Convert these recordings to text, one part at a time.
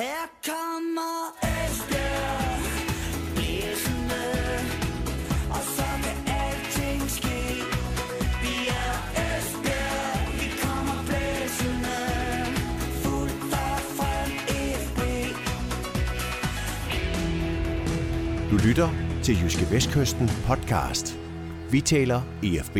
Her kommer Esbjerg blæsende, og så kan alting ske. Vi er Esbjerg, vi kommer blæsende, fuldt og frem FB. Du lytter til Jyske Vestkysten podcast. Vi taler EFB.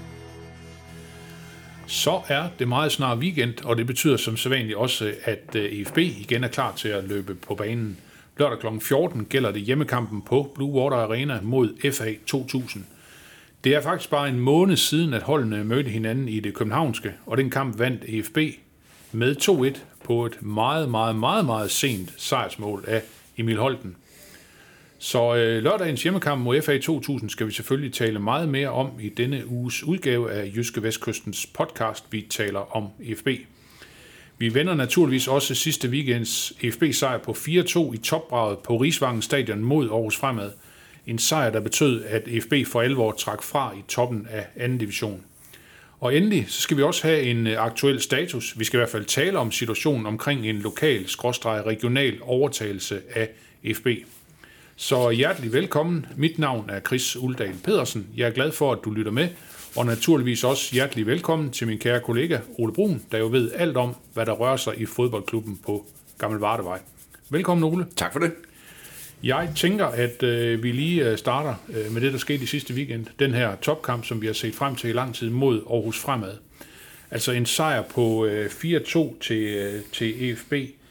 Så er det meget snart weekend, og det betyder som sædvanligt også, at EFB igen er klar til at løbe på banen. Lørdag kl. 14 gælder det hjemmekampen på Blue Water Arena mod FA 2000. Det er faktisk bare en måned siden, at holdene mødte hinanden i det københavnske, og den kamp vandt EFB med 2-1 på et meget sent sejrsmål af Emil Holten. Så lørdagens hjemmekamp mod FA 2000 skal vi selvfølgelig tale meget mere om i denne uges udgave af Jyske Vestkystens podcast, vi taler om EFB. Vi vender naturligvis også sidste weekends EFB-sejr på 4-2 i topbraget på Rigsvangen Stadion mod Aarhus Fremad. En sejr, der betød, at EFB for alvor trak fra i toppen af anden division. Og endelig så skal vi også have en aktuel status. Vi skal i hvert fald tale om situationen omkring en lokal/regional overtagelse af EFB. Så hjertelig velkommen. Mit navn er Chris Uldal Pedersen. Jeg er glad for, at du lytter med, og naturligvis også hjertelig velkommen til min kære kollega Ole Brun, der jo ved alt om, hvad der rører sig i fodboldklubben på Gammel Vardevej. Velkommen, Ole. Tak for det. Jeg tænker, at vi lige starter med det, der skete i sidste weekend. Den her topkamp, som vi har set frem til i lang tid mod Aarhus Fremad. Altså en sejr på 4-2 til EFB.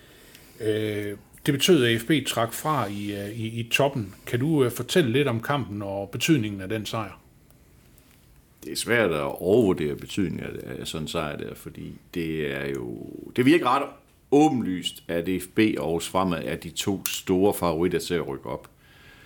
Det betød, at EFB trak fra i toppen. Kan du fortælle lidt om kampen og betydningen af den sejr? Det er svært at overvurdere betydningen af sådan en sejr der, fordi det virker ret åbenlyst, at EFB og Aarhus Fremad er de to store favoritter til at rykke op.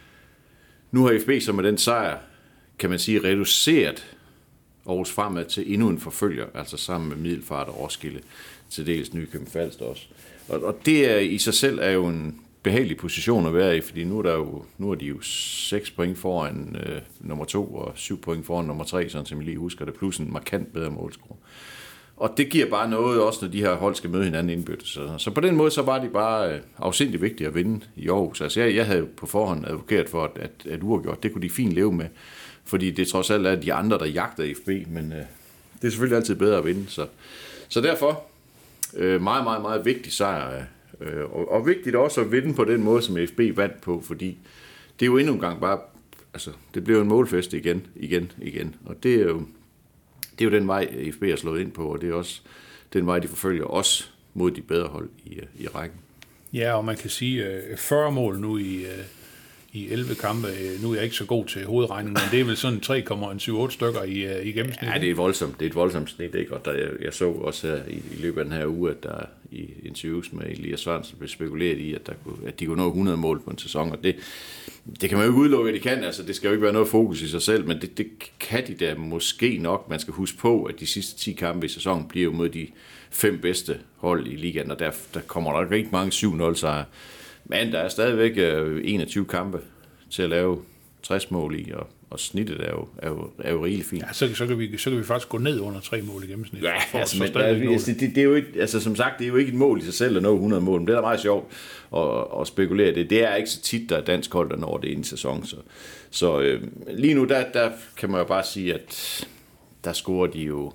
Nu har EFB så med den sejr, kan man sige, reduceret Aarhus Fremad til endnu en forfølger, altså sammen med Middelfart og Roskilde, til dels Nykøbing Falster også. Og det er i sig selv er jo en behagelig position at være i, fordi nu er de jo 6 point foran nummer 2 og 7 point foran nummer 3, sådan som jeg lige husker det, plus en markant bedre målscore. Og det giver bare noget også, når de her hold skal møde hinanden indbyrdes. Så på den måde så var det bare afsindigt vigtigt at vinde i Aarhus. Altså jeg havde på forhånd advokeret for, at uafgjort, det kunne de fint leve med, fordi det trods alt er de andre, der jagter FB, men det er selvfølgelig altid bedre at vinde. Så derfor meget vigtig sejr, og vigtigt også at vinde på den måde, som FB vandt på, fordi det er jo endnu en gang bare, altså det blev en målfest igen, og det er jo den vej, FB har slået ind på, og det er også den vej, de forfølger også mod de bedre hold i rækken. Ja, og man kan sige 40 mål nu i 11 kampe. Nu er jeg ikke så god til hovedregning, men det er vel sådan 3,78 stykker i gennemsnit. Ja, det er et voldsomt snit, ikke? Og jeg så også her i løbet af den her uge, at der i interviews med Elias Sørensen blev spekuleret i, at de kunne nå 100 mål på en sæson, og det kan man jo ikke udelukke, at de kan. Altså, det skal jo ikke være noget fokus i sig selv, men det kan de da måske nok. Man skal huske på, at de sidste 10 kampe i sæsonen bliver jo mod de 5 bedste hold i ligaen, og der kommer der ikke mange 7-0 sejre. Men der er stadigvæk 21 kampe til at lave 60 mål i, og snittet er jo rigeligt fint. Ja, så kan vi faktisk gå ned under 3 mål i gennemsnit. Ja, altså, det er jo ikke, altså som sagt, det er jo ikke et mål i sig selv at nå 100 mål, men det er da meget sjovt at spekulere det. Det er ikke så tit, der er dansk hold, der når det i en sæson. Så lige nu, der kan man jo bare sige, at der scorer de jo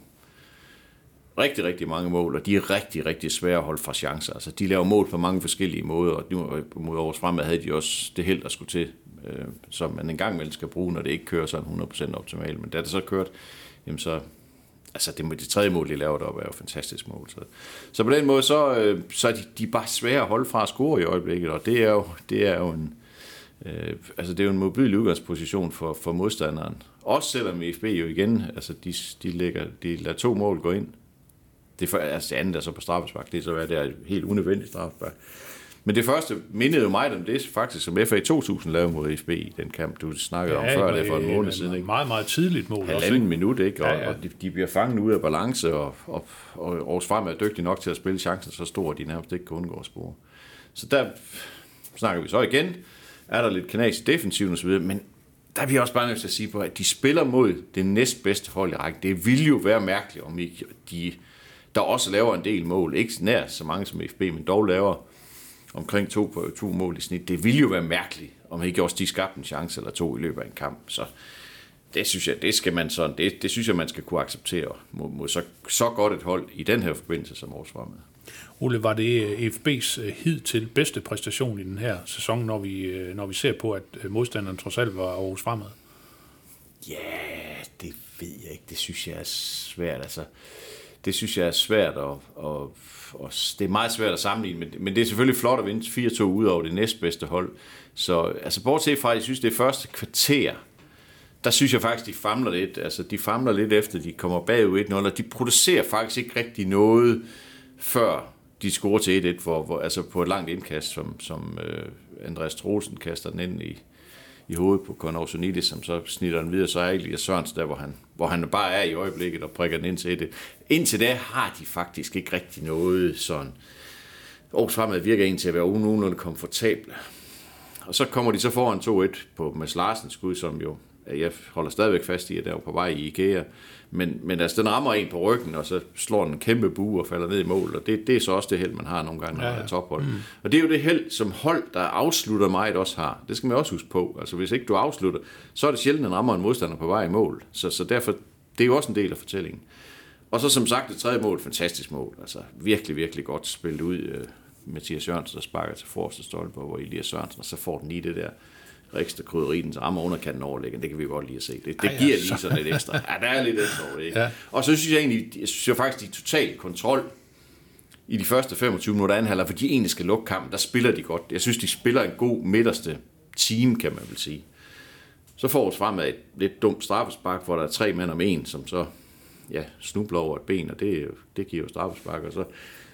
rigtig mange mål, og de er rigtig svære at holde fra chancer. Altså, de laver mål på mange forskellige måder, og nu mod Aarhus Fremad havde de også det held, der skulle til, som man en gang imellem skal bruge, når det ikke kører sådan 100% optimalt. Men da det så kørt, jamen så, altså det tredje mål, de laver deroppe, er jo fantastisk mål. Så på den måde, så er de bare svære at holde fra at score i øjeblikket, og det er jo en modbydelig udgangsposition for modstanderen. Også selvom FB jo igen, altså de lader 2 mål gå ind. Det andet er så på straffespark, det er så det er helt unødvendigt straffespark. Men det første mindede jo mig om det, faktisk, som FA 2000 lavede mod FB i den kamp, du snakkede om før, det for en måned siden. Ikke? Meget tidligt mål. Halvanden minut, ikke? Og de bliver fanget ud af balance, og Aarhus Fremad er dygtig nok til at spille chancen så stor, at de nærmest ikke kan undgå at score. Så der snakker vi så igen. Er der lidt knas i defensiven og så videre, men der er vi også bare nødt til at sige på, at de spiller mod det næstbedste hold i rækken. Det ville jo være mærkeligt, om ikke de der også laver en del mål. Ikke nær så mange som FB, men dog laver omkring 2 mål i snit. Det ville jo være mærkeligt, om ikke også de skabte en chance eller 2 i løbet af en kamp. Så det synes jeg, det synes jeg, man skal kunne acceptere mod så godt et hold i den her forbindelse som Aarhus Fremad. Ole, var det FB's hidtil bedste præstation i den her sæson, når vi ser på, at modstanderen trods alt var Aarhus Fremad? Ja, det ved jeg ikke. Det synes jeg er svært. Altså, det synes jeg er svært, og det er meget svært at sammenligne, men det er selvfølgelig flot at vinde 4-2 ud over det næstbedste hold. Så altså, bortset fra, jeg synes, det første kvarter, der synes jeg faktisk, de famler lidt. Altså, de famler lidt efter, de kommer bagud 1-0, og de producerer faktisk ikke rigtig noget, før de scorer til 1-1, hvor altså på et langt indkast, som Andreas Troelsen kaster den ind i hovedet på Conor Sonidis, som så snitter den videre, så er Elias Sørensen der, hvor han bare er i øjeblikket og prikker den ind til 1-1. Indtil da har de faktisk ikke rigtig noget sådan. Aarhus Fremad virker egentlig til at være nogenlunde komfortable. Og så kommer de så foran 2-1 på Mads Larsens skud, som jo, jeg holder stadigvæk fast i, at der er på vej i IKEA. Men altså, den rammer en på ryggen, og så slår den en kæmpe bue og falder ned i mål. Og det er så også det held, man har nogle gange, når man er tophold. Og det er jo det held, som hold, der afslutter meget, også har. Det skal man også huske på. Altså, hvis ikke du afslutter, så er det sjældent, at den rammer en modstander på vej i mål. Så derfor, det er jo også en del af fortællingen. Og så som sagt, det tredje mål, fantastisk mål. Altså, virkelig, virkelig godt spillet ud. Mathias Jørgensen, der sparker til forreste stolpe, hvor Elias Sørensen, og så får den lige det der ekstra krydderi, den rammer underkanten overlæggen. Det kan vi godt lige at se. Det giver lige sådan lidt ekstra. Ja, der er lidt ekstra over det, ikke? Ja. Og så synes jeg faktisk, de er total kontrol i de første 25 minutter anden halvleg, for de egentlig skal lukke kampen, der spiller de godt. Jeg synes, de spiller en god midterste team, kan man vel sige. Så får Aarhus Fremad et lidt dumt straffespark, hvor der er 3 mand om en, som så snubler over et ben, og det giver jo straffespark, og så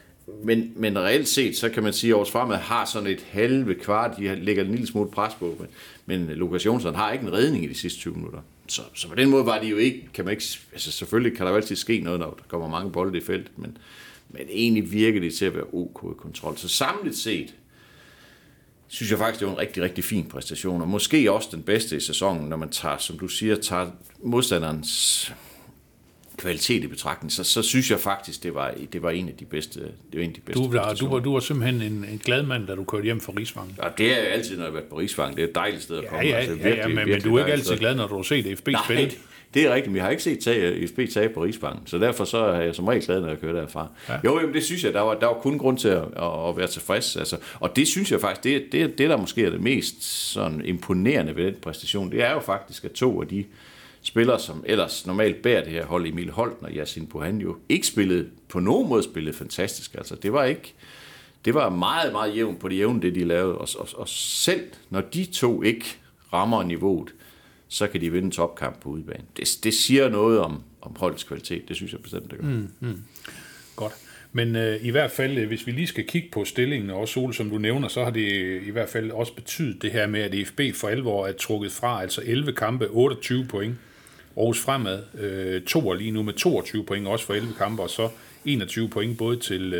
men reelt set, så kan man sige, at Aarhus Fremad har sådan et halve kvart, de lægger en lille smule pres på, men Lukas Jonsson har ikke en redning i de sidste 20 minutter. Så på den måde var de jo ikke, kan man ikke, altså selvfølgelig kan der jo altid ske noget, når der kommer mange bolde i feltet, men egentlig virker det til at være OK i kontrol. Så samlet set, synes jeg faktisk, det var en rigtig, rigtig fin præstation, og måske også den bedste i sæsonen, når man tager, som du siger, tager modstanderens kvalitet i betragtning, så synes jeg faktisk, det var en af de bedste. Du var simpelthen en glad mand, da du kørte hjem fra Rigsvang. Ja, det er jeg altid, når jeg har været på Rigsvang. Det er et dejligt sted at komme. Ja, men du er ikke altid glad, når du har set FB spille. Nej, det er rigtigt. Vi har ikke set FB tage på Rigsvang, så derfor så er jeg som regel glad, når jeg kører derfra. Ja. Jo, det synes jeg, der var kun grund til at være tilfreds. Altså, og det synes jeg faktisk, det der måske er det mest sådan imponerende ved den præstation, det er jo faktisk, at 2 af de spillere, som ellers normalt bærer det her hold, Emil Holten og Yasin Bohan, ikke på nogen måde spillede fantastisk. Altså, det var meget, meget jævnt på det jævne, det de lavede. Og selv når de 2 ikke rammer niveauet, så kan de vinde en topkamp på udebane. Det siger noget om holdets kvalitet. Det synes jeg bestemt, det gør. Godt. Men i hvert fald, hvis vi lige skal kigge på stillingen, og også Ole, som du nævner, så har det i hvert fald også betydet det her med, at FB for alvor er trukket fra, altså 11 kampe, 28 point. Aarhus Fremad 2 lige nu med 22 point, også for 11 kampe, og så 21 point både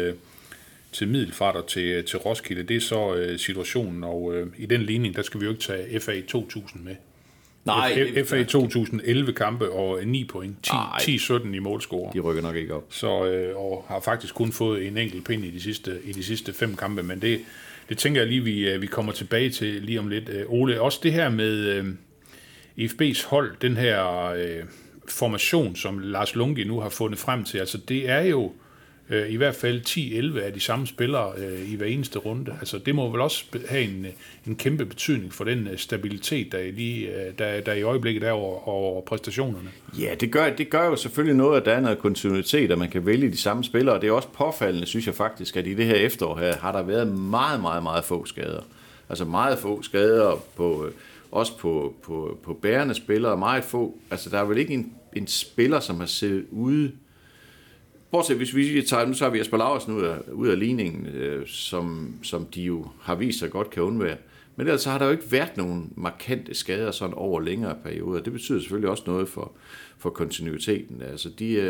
til Middelfart og til Roskilde. Det er så situationen, og i den ligning, der skal vi jo ikke tage FA 2000 med. Nej, FA 2011 kampe og 9 point, 10-17 i målscore. De rykker nok ikke op. Så, og har faktisk kun fået en enkelt pind i de sidste 5 kampe, men det tænker jeg lige, vi kommer tilbage til lige om lidt. Ole, også det her med FB's hold, den her formation, som Lars Lunke nu har fundet frem til, altså det er jo i hvert fald 10-11 af de samme spillere i hver eneste runde. Altså det må vel også have en kæmpe betydning for den stabilitet, der i øjeblikket er over præstationerne. Ja, det gør jo selvfølgelig noget, at der er noget kontinuitet, at man kan vælge de samme spillere, og det er også påfaldende, synes jeg faktisk, at i det her efterår her, har der været meget, meget, meget få skader. Altså meget få skader også på bærende spillere, meget få. Altså der er vel ikke en spiller, som har siddet ude. Bortset, hvis vi tager vi Jesper Laursen ud af ligningen, som de jo har vist sig godt kan undvære. Men ellers så har der jo ikke været nogen markante skader sådan over længere perioder. Det betyder selvfølgelig også noget for kontinuiteten. Altså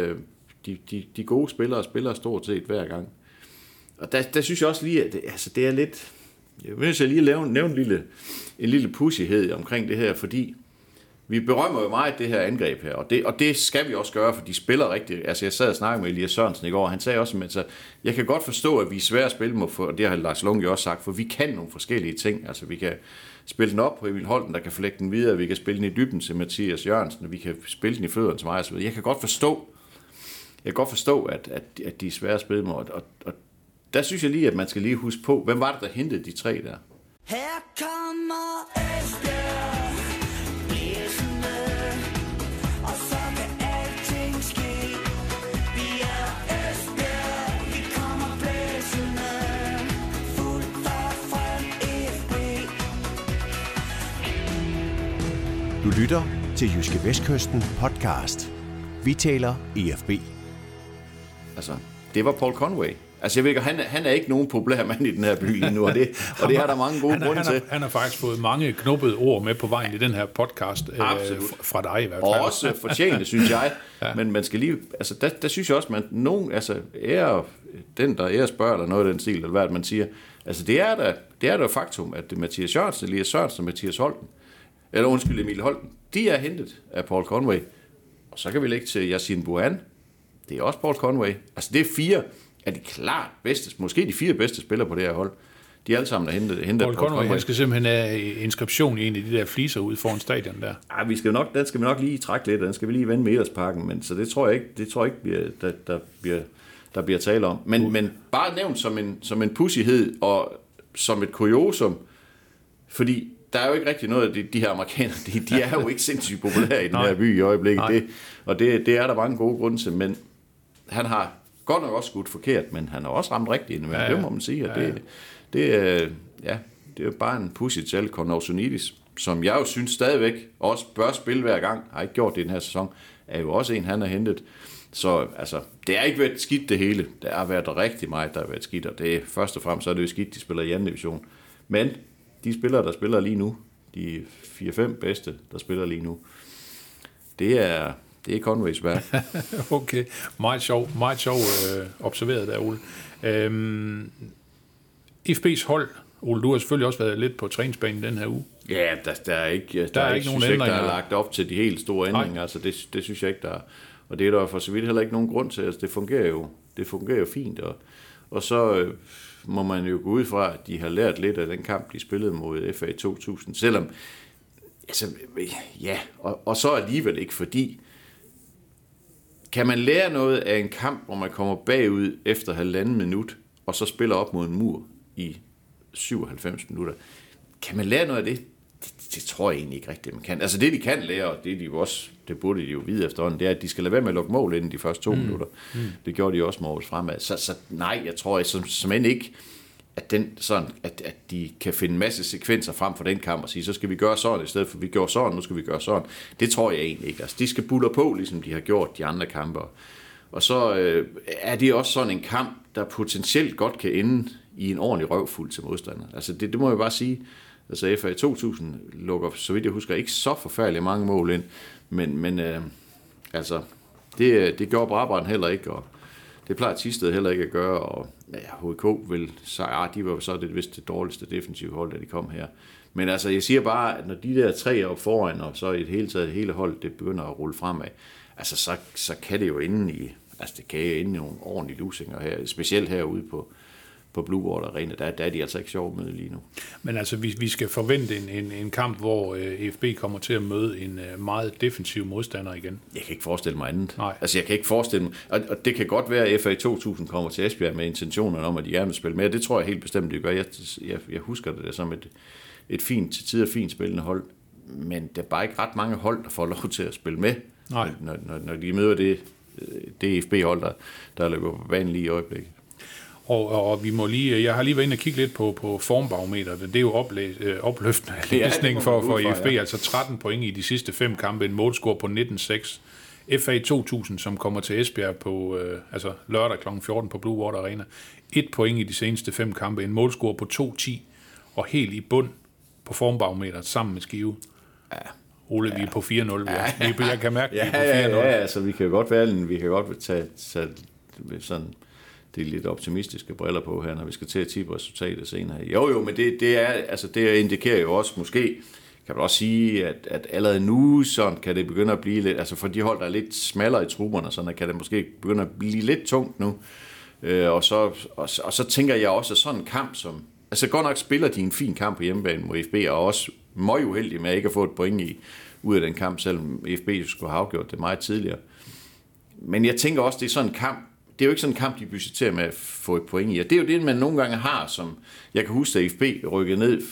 de gode spillere spiller stort set hver gang. Og der synes jeg også lige, at det er lidt. Jeg vil lige nævne en lille pussighed omkring det her, fordi vi berømmer jo meget det her angreb her, og det skal vi også gøre, for de spiller rigtigt. Altså jeg sad og snakkede med Elias Sørensen i går, og han sagde også, at jeg kan godt forstå, at vi er svære at spille med, og det har Lars Lunge jo også sagt, for vi kan nogle forskellige ting. Altså vi kan spille den op på Emil Holten, der kan forlægge den videre, vi kan spille den i dybden til Mathias Jørgensen, og vi kan spille den i fødderne til mig og så videre. Jeg kan godt forstå, at de er svære at spille med, og der synes jeg lige, at man skal lige huske på, hvem var det, der hentede de 3 der? Her kommer Esbjerg blæsende, og så kan alting ske. Vi er Esbjerg, vi kommer blæsende, fuldt og frem FB. Du lytter til Jyske Vestkysten podcast. Vi taler EFB. Altså, det var Paul Conway. Altså, jeg ved ikke, han er ikke nogen populær mand i den her by nu, og det har der mange gode grunde til. Han har faktisk fået mange knubbede ord med på vejen i den her podcast, fra dig i hvert fald. Og også fortjent, synes jeg. Ja. Men man skal lige, altså, der synes jeg også, man nogen, altså, den der æresbørger, eller noget af den stil, eller hvad man siger, altså, det er der faktum, at Mathias Jørgensen, Elias Sørensen og Mathias Holten, eller Emil Holten, de er hentet af Paul Conway. Og så kan vi lægge til Yassine Bouhan. Det er også Paul Conway. Altså, det er 4 af de klart bedste, måske de 4 bedste spillere på det her hold. De alle sammen er hentet Paul Conway. Han skal simpelthen have inskription i en af de der fliser ude foran stadion der. Ja, den skal vi nok lige trække lidt, den skal vi lige vende med Edersparken, men så det tror jeg ikke der bliver tale om. Men bare nævnt som en pussighed og som et kuriosum, fordi der er jo ikke rigtig noget af de her amerikanere, de er jo ikke sindssygt populære i den her by i øjeblikket. Det er der mange gode grunde til, men han har godt nok også skudt forkert, men han har også ramt rigtigt indimellem, det må man sige. Det er jo bare en pussy til Kornausunidis, som jeg jo synes stadigvæk også bør spille hver gang, har ikke gjort det i den her sæson, er jo også en, han har hentet. Så altså, det er ikke været skidt det hele. Der har været rigtig meget, der har været skidt, og det er først og fremmest, så er det jo skidt, de spiller i anden division. Men de spillere, der spiller lige nu, de 4-5 bedste, der spiller lige nu, det er Conways værk. Okay, meget sjov observeret der, Ole. FB's hold, Ole, du har selvfølgelig også været lidt på træningsbanen den her uge. Ja, der er ikke nogen ændringer. Der er lagt op til de helt store ændringer, altså det synes jeg ikke, der er. Og det er der for så vidt heller ikke nogen grund til. Altså, det fungerer jo fint, og så må man jo gå ud fra, at de har lært lidt af den kamp, de spillede mod FA 2000, selvom, altså, ja, og så alligevel ikke, fordi kan man lære noget af en kamp, hvor man kommer bagud efter 1,5 minut, og så spiller op mod en mur i 97 minutter, kan man lære noget af det? Det tror jeg egentlig ikke rigtigt, man kan. Altså det, de kan lære, og det burde de jo vide efterhånden, det er, at de skal lade være med at lukke mål inden de første 2 minutter. Det gjorde de også med Aarhus fremad. Så nej, jeg tror som end ikke, at de kan finde en masse sekvenser frem for den kamp og sige, så skal vi gøre sådan, i stedet for vi gjorde sådan, nu skal vi gøre sådan. Det tror jeg egentlig ikke. Altså, de skal buller på, ligesom de har gjort de andre kampe. Og så er det også sådan en kamp, der potentielt godt kan ende i en ordentlig røvfuld til modstander. Altså det må jeg bare sige. Altså FA 2000 lukker, så vidt jeg husker, ikke så forfærdeligt mange mål ind, men altså det gjorde Brabrand heller ikke, og det plejer Thisted heller ikke at gøre, og HK vil sige, de var så det dårligste defensive hold, da de kom her. Men altså, jeg siger bare, at når de der 3 er foran, og så i det hele taget hele holdet, det begynder at rulle fremad, altså så kan det jo ende i nogle ordentlige lusinger her, specielt herude på Blue Water Arena, der er de altså ikke sjove med lige nu. Men altså, vi skal forvente en kamp, hvor FB kommer til at møde en meget defensiv modstander igen. Jeg kan ikke forestille mig andet. Nej. Altså, jeg kan ikke forestille mig, og det kan godt være, at FA 2000 kommer til Esbjerg med intentionerne om, at de gerne vil spille med. Det tror jeg helt bestemt, det gør. Jeg husker det som et fint, til tider fint spillende hold, men der er bare ikke ret mange hold, der får lov til at spille med, når de møder det FB-hold, der løber på banen lige i øjeblikket. Og vi må lige, jeg har lige været inde og kigge lidt på formbarometeret. Det er jo opløftende læsning for IFB, altså 13 point i de sidste 5 kampe, en målscore på 19-6. FA 2000, som kommer til Esbjerg på lørdag kl. 14 på Blue Water Arena. 1 point i de seneste 5 kampe, en målscore på 2-10, og helt i bund på formbarometeret sammen med Skive. Ja. Ole, vi er på 4-0. Jeg kan mærke, vi er på 4-0. Ja, altså vi kan godt tage sådan det er lidt optimistiske briller på her, når vi skal til at tippe resultatet senere. Jo, men det indikerer jo også måske, kan man også sige, at allerede nu sådan kan det begynde at blive lidt, altså for de hold, der er lidt smallere i trupperne, så kan det måske begynde at blive lidt tungt nu. Og så tænker jeg også, at sådan en kamp som, altså godt nok spiller de en fin kamp på hjemmebane mod FB, og også meget uheldig med at ikke at få et point ud af den kamp, selvom FB skulle have afgjort det meget tidligere. Men jeg tænker også, det er sådan en kamp, det er jo ikke sådan en kamp, de budgetterer med at få et point i. Og det er jo det, man nogle gange har, som jeg kan huske, at FB rykkede ned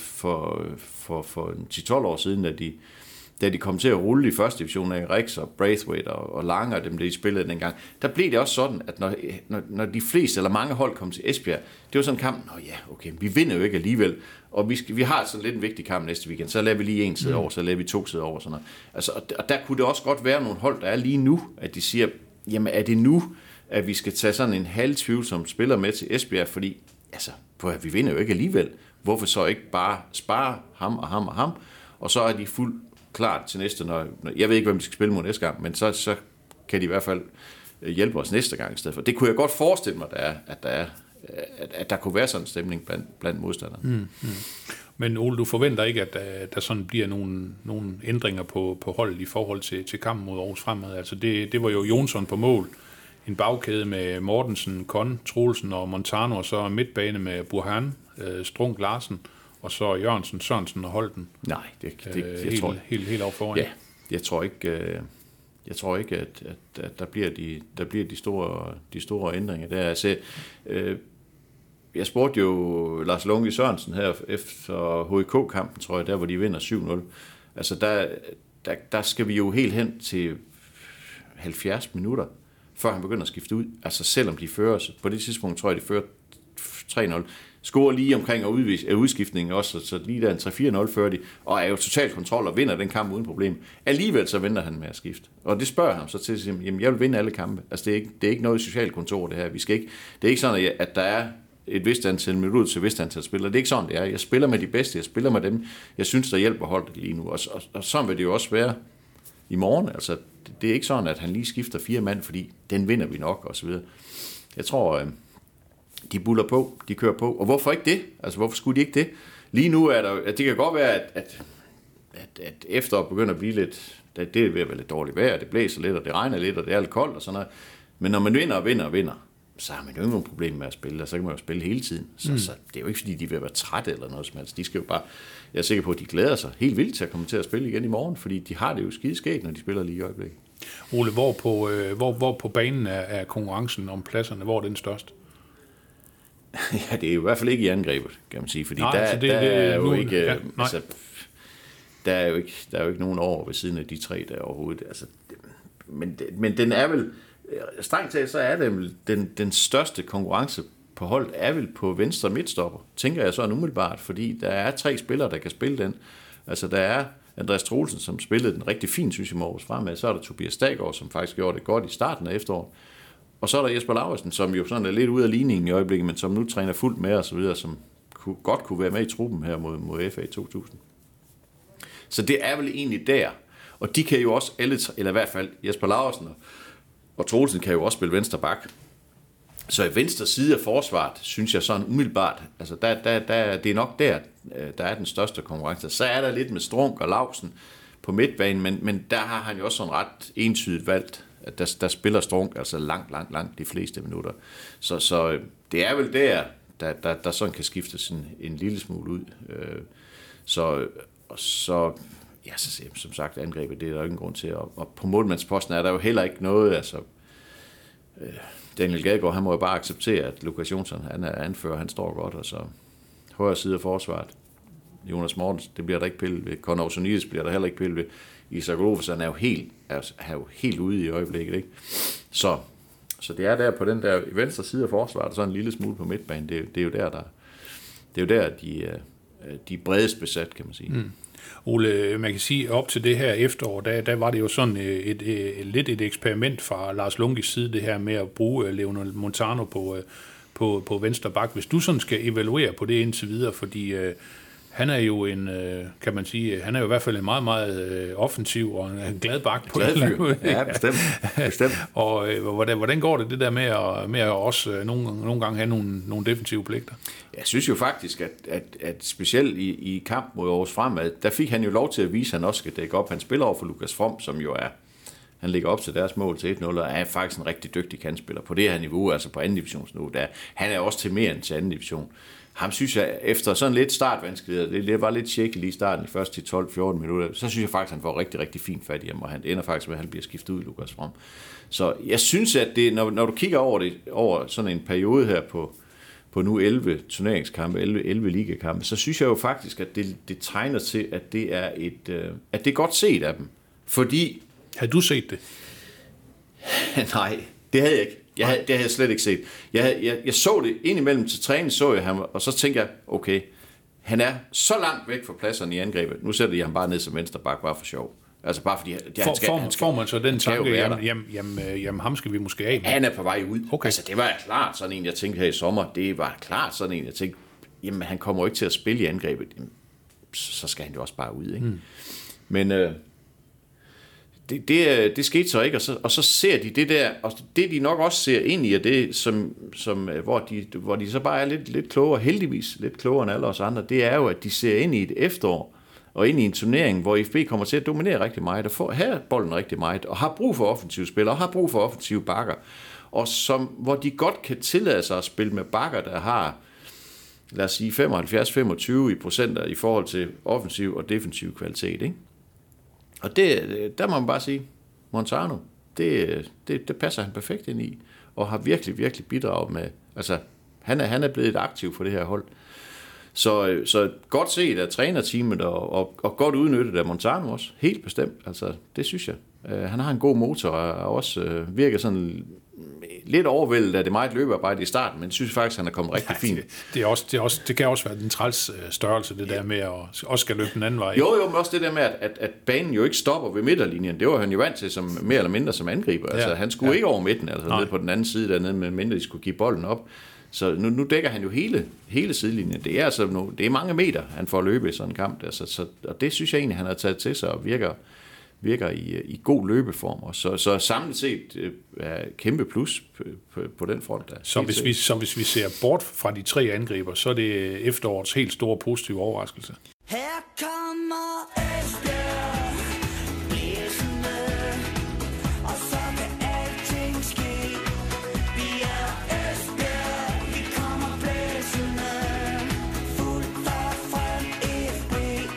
for 10-12 år siden, da de kom til at rulle i første division af Rix og Braithwaite og Lange og dem, der de spillede dengang. Der blev det også sådan, at når de fleste eller mange hold kom til Esbjerg, det var sådan en kamp, okay, vi vinder jo ikke alligevel, og vi har sådan lidt en vigtig kamp næste weekend, så lader vi lige en side over, så lader vi 2 sider over. Sådan noget. Altså, og der kunne det også godt være nogle hold, der er lige nu, at de siger, jamen er det nu, at vi skal tage sådan en halvtvivlsom spiller med til Esbjerg, fordi altså, vi vinder jo ikke alligevel. Hvorfor så ikke bare spare ham og ham og ham, og så er de fuldt klar til næste, når jeg ved ikke, hvem de skal spille mod næste gang, men så kan de i hvert fald hjælpe os næste gang i stedet for. Det kunne jeg godt forestille mig, at der kunne være sådan en stemning blandt modstanderne. Men Ole, du forventer ikke, at der sådan bliver nogle ændringer på holdet i forhold til kampen mod Aarhus Fremad? Altså det var jo Jonsson på mål, en bagkæde med Mortensen, Kon, Troelsen og Montano, og så midtbane med Burhan, Strunk, Larsen, og så Jørgensen, Sørensen og Holden. Nej, jeg tror helt over foran. Ja, jeg tror ikke, at der bliver de store ændringer der. Altså, jeg spurgte jo Lars Lunke Sørensen her efter HIK-kampen, tror jeg, der hvor de vinder 7-0. Altså der skal vi jo helt hen til 70 minutter, før han begynder at skifte ud. Altså selvom de fører, på det tidspunkt tror jeg, de fører 3-0. Scorer lige omkring at udskiftningen også, så lige der en 3-4-0 fører de, og er jo total kontrol og vinder den kamp uden problem. Alligevel så venter han med at skifte. Og det spørger ham så til at sige, jamen jeg vil vinde alle kampe. Altså det er ikke noget socialt kontor det her. Det er ikke sådan, at der er et vist antal minutter til et vist antal spillere. Det er ikke sådan, det er. Jeg spiller med de bedste, jeg spiller med dem, jeg synes, der hjælper holdet lige nu. Og sådan vil det jo også være i morgen. Altså det er ikke sådan, at han lige skifter 4 mand, fordi den vinder vi nok, og så videre. Jeg tror, de buller på, de kører på. Og hvorfor ikke det? Altså, hvorfor skulle de ikke det? Lige nu er der, at det kan godt være, at efteråret begynder at blive lidt, det er ved at være lidt dårligt vejr, det blæser lidt, og det regner lidt, og det er lidt koldt og sådan noget. Men når man vinder, så har man jo ikke nogen problem med at spille, og så kan man jo spille hele tiden. Så det er jo ikke, fordi de vil være trætte eller noget som helst. De skal jo bare, jeg er sikker på, at de glæder sig helt vildt til at komme til at spille igen i morgen, fordi de har det jo skideskægt, når de spiller lige i øjeblikket. Ole, hvor på banen er konkurrencen om pladserne, hvor er den størst? Ja, det er jo i hvert fald ikke i angrebet, kan man sige, fordi der er jo ikke nogen over ved siden af de 3 der overhovedet. Altså, men den er vel, strengt taget, så er det den største konkurrence på holdet er vel på venstre midtstopper, tænker jeg sådan umiddelbart, fordi der er 3 spillere, der kan spille den. Altså, der er Andreas Troelsen, som spillede den rigtig fint, synes jeg, Aarhus Fremad. Så er der Tobias Staggaard, som faktisk gjorde det godt i starten af efteråret. Og så er der Jesper Lauritsen, som jo sådan er lidt ude af ligningen i øjeblikket, men som nu træner fuldt med og så videre, som godt kunne være med i truppen her mod FA 2000. Så det er vel egentlig der. Og de kan jo også eller i hvert fald Jesper Lauritsen og Troelsen kan jo også spille venstre bak. Så i venstre side af forsvaret, synes jeg sådan umiddelbart, altså det er nok der er den største konkurrence. Så er der lidt med Strunk og Lausen på midtbanen, men der har han jo også sådan ret entydigt valgt, at der spiller Strunk altså langt de fleste minutter. Så det er vel der sådan kan skiftes en lille smule ud. Så som sagt, angrebet, det er der jo ingen grund til. Og på målmandsposten er der jo heller ikke noget, altså Daniel Gadegaard, han må jo bare acceptere, at Lukas Jonsson, han er anfører, han står godt, og så højre side af forsvaret, Jonas Mortensen, det bliver der ikke pillet ved. Conor Osonides bliver der heller ikke pillet ved. Isak Olofsson er jo helt ude i øjeblikket, ikke? Så det er der på den der venstre side af forsvaret, så en lille smule på midtbanen. Det er jo der, de er bredest besat, kan man sige. Ole, man kan sige, op til det her efterår, der var det jo sådan lidt et eksperiment fra Lars Lunkes side, det her med at bruge Leonel Montano på venstre bak. Hvis du sådan skal evaluere på det indtil videre, fordi Han er jo kan man sige, han er jo i hvert fald en meget, meget offensiv og en glad bak på glad fyr. Ja, bestemt. Og hvordan går det der med at også nogle gange have nogle defensive pligter? Jeg synes jo faktisk, at specielt i kamp mod Aarhus Fremad, der fik han jo lov til at vise, at han også skal dække op. Han spiller over for Lukas From, som jo han ligger op til deres mål til 1-0, og er faktisk en rigtig dygtig kantspiller på det her niveau, altså på anden divisionsniveau. Han er også til mere end til anden division. Ham synes jeg, efter sådan lidt startvanskeligheder, det var lidt shaky lige i starten, de første 12-14 minutter, så synes jeg faktisk, at han får rigtig, rigtig fint fat i ham, og han ender faktisk med, at han bliver skiftet ud, Lukas From. Så jeg synes, at det, når du kigger over sådan en periode her på nu 11 turneringskampe, 11 ligakampe, så synes jeg jo faktisk, at det tegner til, at det er at det er godt set af dem. Fordi... Har du set det? Nej, det havde jeg ikke. Det havde jeg slet ikke set. Jeg så det indimellem til træning, så jeg ham, og så tænkte jeg, okay, han er så langt væk fra pladserne i angrebet. Nu sætter jeg ham bare ned som venstreback, bare for sjov. Altså bare fordi... Får man så den tanke, jamen ham skal vi måske af med. Han er på vej ud. Okay. Altså det var klart sådan en, jeg tænkte her i sommer. Det var klart sådan en, jeg tænkte, jamen han kommer jo ikke til at spille i angrebet. Jamen, så skal han jo også bare ud, ikke? Men... Det skete så ikke, og så ser de det der, og det de nok også ser ind i, er det, hvor de så bare er lidt klogere, heldigvis lidt klogere end alle os andre, det er jo, at de ser ind i et efterår, og ind i en turnering, hvor IFB kommer til at dominere rigtig meget, og får her bolden rigtig meget, og har brug for offensive spillere, og har brug for offensive bakker, og hvor de godt kan tillade sig at spille med bakker, der har, lad os sige, 75-25% i forhold til offensiv og defensiv kvalitet, ikke? Og der må man bare sige, Montano, det passer han perfekt ind i, og har virkelig, virkelig bidraget med, altså han er blevet et aktiv for det her hold. Så godt set af trænerteamet, og godt udnyttet af Montano også, helt bestemt, altså det synes jeg. Han har en god motor, og også virker sådan lidt overvældet af det meget løbearbejde i starten, men jeg synes faktisk, han er kommet rigtig fint. Det kan også være den træls størrelse, det der med at også skal løbe den anden vej. Jo, men også det der med, at banen jo ikke stopper ved midterlinjen. Det var han jo vant til som mere eller mindre som angriber. Altså, han skulle ikke over midten, altså ned på den anden side dernede, men mindre de skulle give bolden op. Så nu dækker han jo hele sidelinjen. Det er det er mange meter, han får at løbe i sådan en kamp. Altså, og det synes jeg egentlig, han har taget til sig og virker i god løbeform. Og så samlet set er kæmpe plus på den front. Der. Så hvis vi ser bort fra de 3 angriber, så er det efterårets helt store positive overraskelse. Her kommer Esbjerg blæsende, og så kan alting ske. Vi er Esbjerg, vi kommer blæsende, fuldt og frem FB.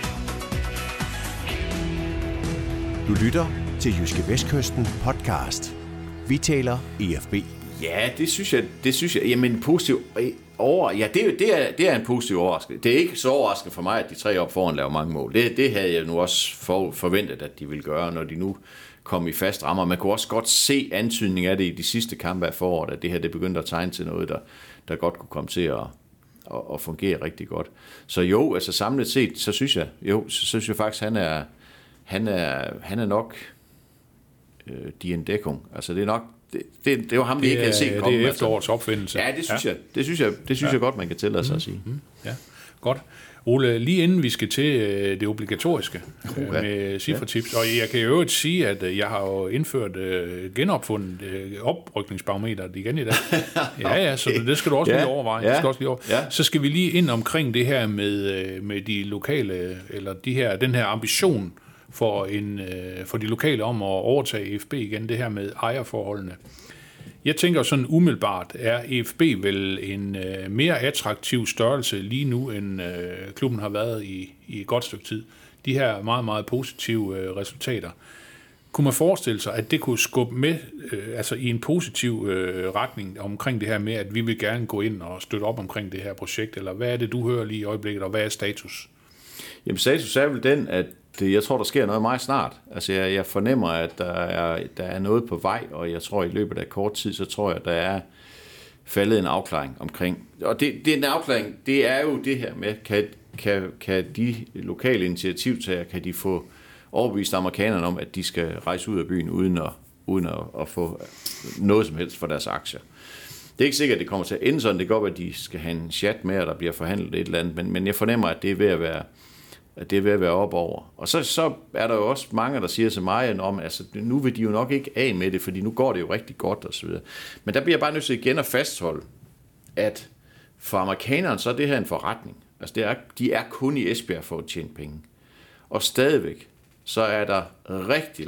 Du lytter til Jyske Vestkysten podcast. Vi taler IFB. Ja, det synes jeg. Jamen, positiv det er en positiv overraskelse. Det er ikke så overraskende for mig, at de 3 op foran laver mange mål. Det havde jeg nu også forventet, at de ville gøre, når de nu kom i fast rammer. Man kunne også godt se antydning af det i de sidste kampe af foråret, at det her det begyndte at tegne til noget, der godt kunne komme til at fungere rigtig godt. Så jo, altså samlet set, så synes jeg faktisk, han er nok Dien Dekung. Altså det er nok det var ham, vi ikke havde set komme. Det er efterårets opfindelse. Ja, det synes jeg. Det synes jeg godt, man kan tillade sig at sige. Ja, godt. Ole, lige inden vi skal til det obligatoriske med cifretips, og jeg kan jo øvrigt sige, at jeg har jo indført genopfundet oprykningsbarometeret igen i dag. Ja, så det skal du også lige overveje. Så skal vi lige ind omkring det her med de lokale, eller den her ambition for de lokale om at overtage EFB igen, det her med ejerforholdene. Jeg tænker sådan umiddelbart, er EFB vel en mere attraktiv størrelse lige nu, end klubben har været i et godt stykke tid. De her meget, meget positive resultater. Kunne man forestille sig, at det kunne skubbe med altså i en positiv retning omkring det her med, at vi vil gerne gå ind og støtte op omkring det her projekt, eller hvad er det, du hører lige i øjeblikket, og hvad er status? Jamen status er vel den, at jeg tror, der sker noget meget snart. Altså jeg fornemmer, at der er noget på vej, og jeg tror, i løbet af kort tid, så tror jeg, at der er faldet en afklaring omkring. Og den afklaring, det er jo det her med, kan de lokale initiativtagere, kan de få overbevist amerikanerne om, at de skal rejse ud af byen, uden at få noget som helst for deres aktier. Det er ikke sikkert, at det kommer til at ende sådan. Det går godt, at de skal have en chat med, og der bliver forhandlet et eller andet, men jeg fornemmer, at det er ved at være op over. Og så er der jo også mange, der siger til mig, om, altså nu vil de jo nok ikke af med det, fordi nu går det jo rigtig godt og så videre. Men der bliver jeg bare nødt til igen at fastholde, at for amerikanerne, så er det her en forretning. Altså de er kun i Esbjerg for at tjene penge. Og stadigvæk, så er der rigtig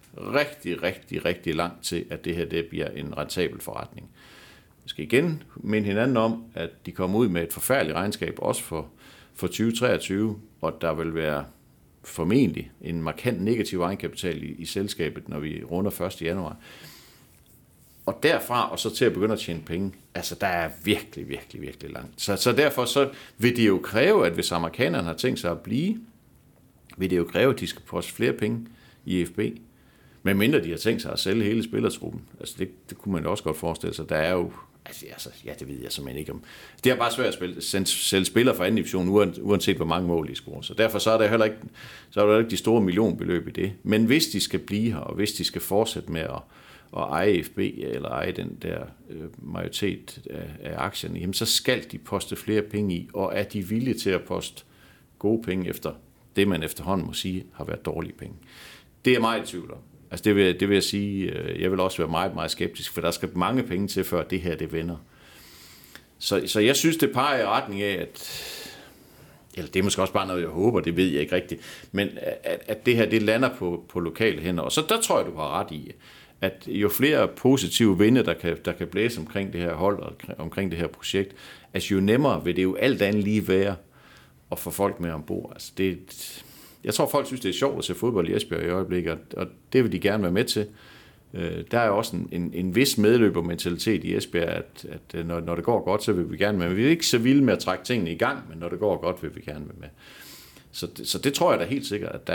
langt til, at det her det bliver en rentabel forretning. Vi skal igen minde hinanden om, at de kommer ud med et forfærdeligt regnskab, også for 2023, og der vil være formentlig en markant negativ egenkapital i selskabet, når vi runder 1. januar. Og derfra og så til at begynde at tjene penge, altså der er virkelig langt. Så derfor så vil det jo kræve, at hvis amerikanerne har tænkt sig at blive, vil det jo kræve, at de skal poste flere penge i FB. Men mindre de har tænkt sig at sælge hele spillertruppen. Altså det kunne man jo også godt forestille sig. Der er jo, ja, det ved jeg simpelthen ikke om. Det er bare svært at sælge spillere fra anden division, uanset hvor mange mål de scorer. Så derfor så er der heller ikke de store millionbeløb i det. Men hvis de skal blive her, og hvis de skal fortsætte med at eje FB, eller eje den der majoritet af aktierne, jamen så skal de poste flere penge i, og er de villige til at poste gode penge efter det, man efterhånden må sige, har været dårlige penge. Det er meget i tvivl om. Altså det vil jeg sige, jeg vil også være meget, meget skeptisk, for der skal mange penge til, før det her det vender. Så jeg synes, det peger i retning af, eller det er måske også bare noget, jeg håber, det ved jeg ikke rigtigt, men at det her, det lander på lokale hænder. Og så der tror jeg, du har ret i, at jo flere positive vinde, der kan blæse omkring det her hold, og omkring det her projekt, altså jo nemmere vil det jo alt andet lige være at få folk med ombord. Altså jeg tror, folk synes, det er sjovt at se fodbold i Esbjerg i øjeblikket, og det vil de gerne være med til. Der er også en vis medløbermentalitet i Esbjerg, at når det går godt, så vil vi gerne være med. Vi er ikke så vilde med at trække tingene i gang, men når det går godt, vil vi gerne være med. Så det tror jeg da helt sikkert, at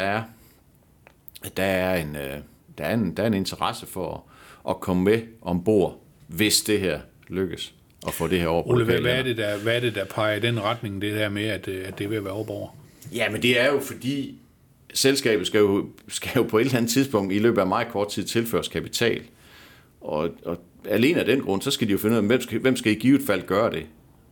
der er en interesse for at komme med ombord, hvis det her lykkes at få det her over på. Ole, hvad er det, der peger i den retning, det der med, at det vil være op over? Ja, men det er jo fordi, selskabet skal jo på et eller andet tidspunkt i løbet af meget kort tid tilføres kapital. Og alene af den grund, så skal de jo finde ud af, hvem skal i givet fald gøre det.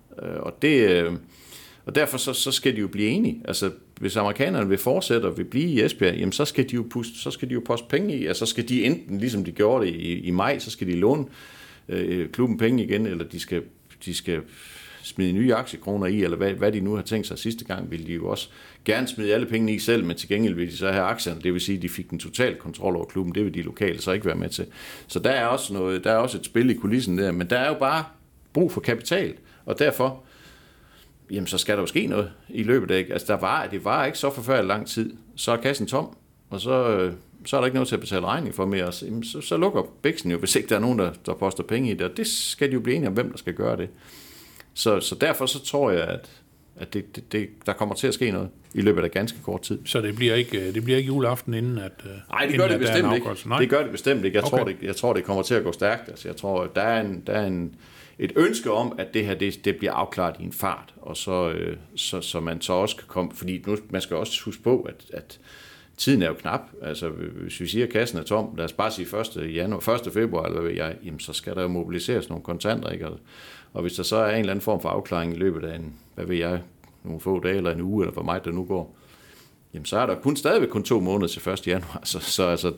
Og derfor så skal de jo blive enige. Altså, hvis amerikanerne vil fortsætte og vil blive i Esbjerg, jamen så skal de jo poste penge i. Altså, så skal de enten, ligesom de gjorde det i maj, så skal de låne klubben penge igen, eller de skal smide nye aktiekroner i, eller hvad de nu har tænkt sig. Sidste gang ville de jo også gerne smide alle pengene i selv, men til gengæld vil de så have aktierne. Det vil sige, at de fik den totale kontrol over klubben. Det vil de lokale så ikke være med til. Så der er også et spil i kulissen der, men der er jo bare brug for kapital, og derfor jamen så skal der jo ske noget i løbet af. Altså det var ikke så forfærdeligt lang tid. Så er kassen tom, og så er der ikke noget til at betale regning for mere. Så lukker bæksen jo, hvis ikke der er nogen, der poster penge i det. Og det skal de jo blive enige om, hvem der skal gøre det. Så derfor så tror jeg, at der kommer til at ske noget i løbet af ganske kort tid. Så det bliver ikke juleaften inden at... Nej, det gør det bestemt ikke. Det gør det bestemt ikke. Jeg tror, det kommer til at gå stærkt. Altså, jeg tror, der er et ønske om, at det her det bliver afklaret i en fart, og så man så også kan komme... Fordi nu, man skal også huske på, at tiden er jo knap. Altså, hvis vi siger, at kassen er tom, lad os bare sige 1. februar, eller hvad ved jeg, jamen, så skal der jo mobiliseres nogle kontanter, ikke? Og hvis der så er en eller anden form for afklaring i løbet af nogle få dage, eller en uge, eller hvor meget der nu går, jamen så er der stadigvæk kun 2 måneder til 1. januar. Så altså,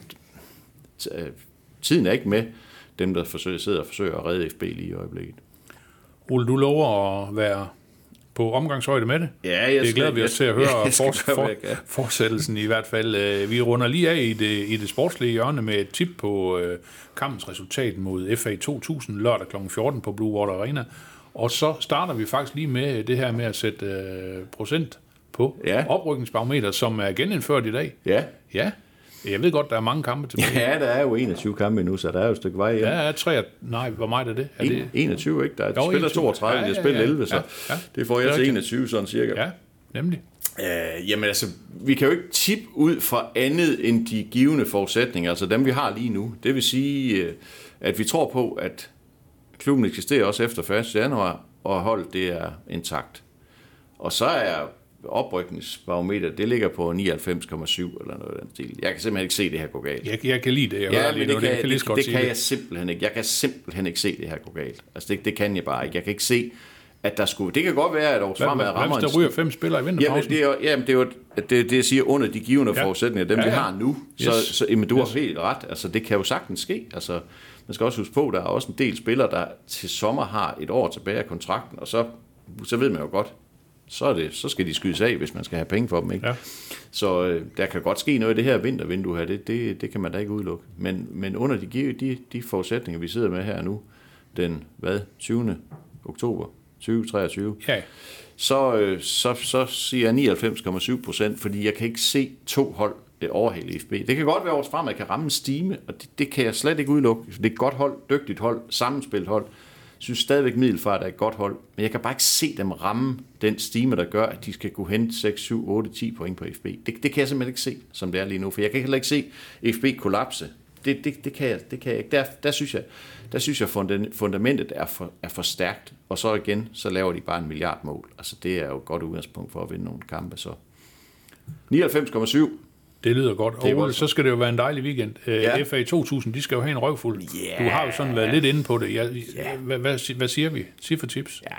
tiden er ikke med dem, der sidder og forsøger at redde FB lige i øjeblikket. Ole, du lover at være på omgangshøjde med det. Ja, det glæder vi os til at høre fortsættelsen i hvert fald. Vi runder lige af i det sportslige hjørne med et tip på kampens resultat mod FA 2000 lørdag kl. 14 på Blue Water Arena. Og så starter vi faktisk lige med det her med at sætte procent på oprykningsbarometer, som er genindført i dag. Ja. Jeg ved godt, der er mange kampe tilbage. Ja, der er jo 21 kampe nu, så der er jo et stykke vej igen. Ja, er 3. Nej, hvor meget er det? Er det 21, ikke? Der er spiller 32, jeg spiller 11, så det får jeg til 21, sådan cirka. Ja, nemlig. Jamen altså, vi kan jo ikke tippe ud fra andet end de givende forudsætninger, altså dem vi har lige nu. Det vil sige, at vi tror på, at klubben eksisterer også efter 1. januar, og holdet det er intakt. Og så er oprykningsbarometer, det ligger på 99,7 eller noget af den stil. Jeg kan simpelthen ikke se det her gå galt. Jeg kan lide det. Det kan jeg simpelthen ikke. Jeg kan simpelthen ikke se det her gå galt. Altså det kan jeg bare ikke. Jeg kan ikke se, at der skulle... Det kan godt være, at Aarhus Fremad rammer... Hvad hvis der ryger 5 spillere i vinterpausen? Jamen, det er jo det, jeg siger, under de givende forudsætninger, dem vi har nu. Så jamen, du har helt ret. Altså, det kan jo sagtens ske. Altså, man skal også huske på, at der er også en del spillere, der til sommer har et år tilbage af kontrakten, og så ved man jo godt, så skal de skydes af, hvis man skal have penge for dem, ikke? Ja. Så der kan godt ske noget i det her vintervindue her, det kan man da ikke udelukke. Men under de forudsætninger, vi sidder med her nu, den 20. oktober 2023, ja. så siger jeg 99,7%, fordi jeg kan ikke se 2 hold overhale IFB. Det kan godt være, at Aarhus Fremad kan ramme en stime, og det kan jeg slet ikke udelukke. Det er et godt hold, dygtigt hold, sammenspillet hold. Jeg synes stadigvæk Middelfart er et godt hold, men jeg kan bare ikke se dem ramme den stime, der gør, at de skal kunne hente 6, 7, 8, 10 point på IFB. Det kan jeg simpelthen ikke se, som det er lige nu, for jeg kan heller ikke se IFB kollapse. Det kan jeg ikke. Der synes jeg fundamentet er for stærkt, og så igen, så laver de bare 1 milliard mål. Altså det er jo et godt udgangspunkt for at vinde nogle kampe, så 99,7. Det lyder godt. Og Ole, så skal det jo være en dejlig weekend. Ja. FA 2000, de skal jo have en røvfuld. Yeah. Du har jo sådan været lidt inde på det. Hvad siger vi? Cifre tips? Ja.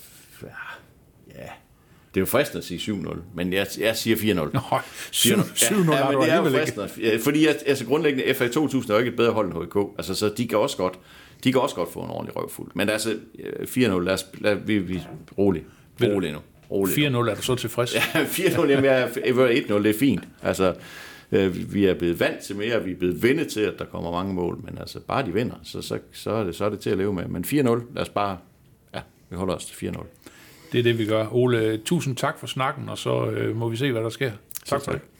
Det er jo fristende at sige 7-0, men jeg siger 4-0. Nå, 7-0 men det er jo fristende. Fordi grundlæggende FA 2000 er jo ikke et bedre hold end HK. Altså, så de kan også godt få en ordentlig røvfuld. Men altså, 4-0, lad vi rolig nu. 4-0 er du så tilfreds? Ja, 4-0, jamen 1-0, det er fint. Altså, vi er blevet vant til mere, vi er blevet vendet til, at der kommer mange mål, men altså, bare de vinder, så er det til at leve med. Men 4-0, lad os bare, vi holder os til 4-0. Det er det, vi gør. Ole, tusind tak for snakken, og så må vi se, hvad der sker. Tak for det.